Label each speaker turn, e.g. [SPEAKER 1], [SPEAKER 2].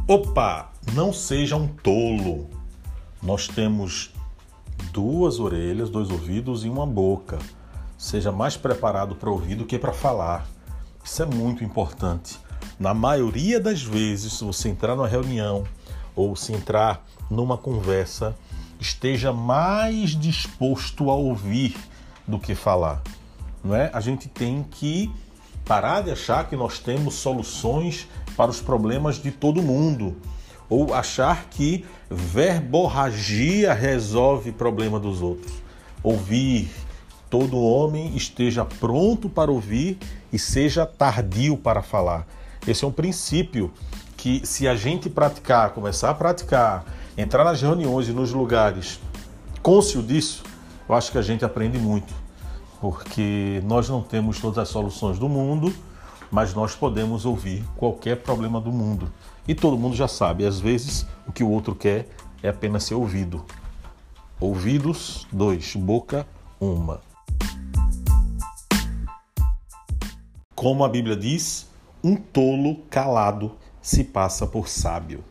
[SPEAKER 1] Opa, não seja um tolo. Nós temos duas orelhas, dois ouvidos e uma boca. Seja mais preparado para ouvir do que para falar. Isso é muito importante. Na maioria das vezes, se você entrar numa reunião ou se entrar numa conversa, esteja mais disposto a ouvir do que falar. Não é? A gente tem que parar de achar que nós temos soluções para os problemas de todo mundo, ou achar que verborragia resolve problema dos outros. Ouvir. Todo homem esteja pronto para ouvir e seja tardio para falar. Esse é um princípio que, se a gente praticar, começar a praticar, entrar nas reuniões e nos lugares cônscio disso, eu acho que a gente aprende muito. Porque nós não temos todas as soluções do mundo, mas nós podemos ouvir qualquer problema do mundo. E todo mundo já sabe, às vezes o que o outro quer é apenas ser ouvido. Ouvidos, 2. Boca, 1. Como a Bíblia diz, um tolo calado se passa por sábio.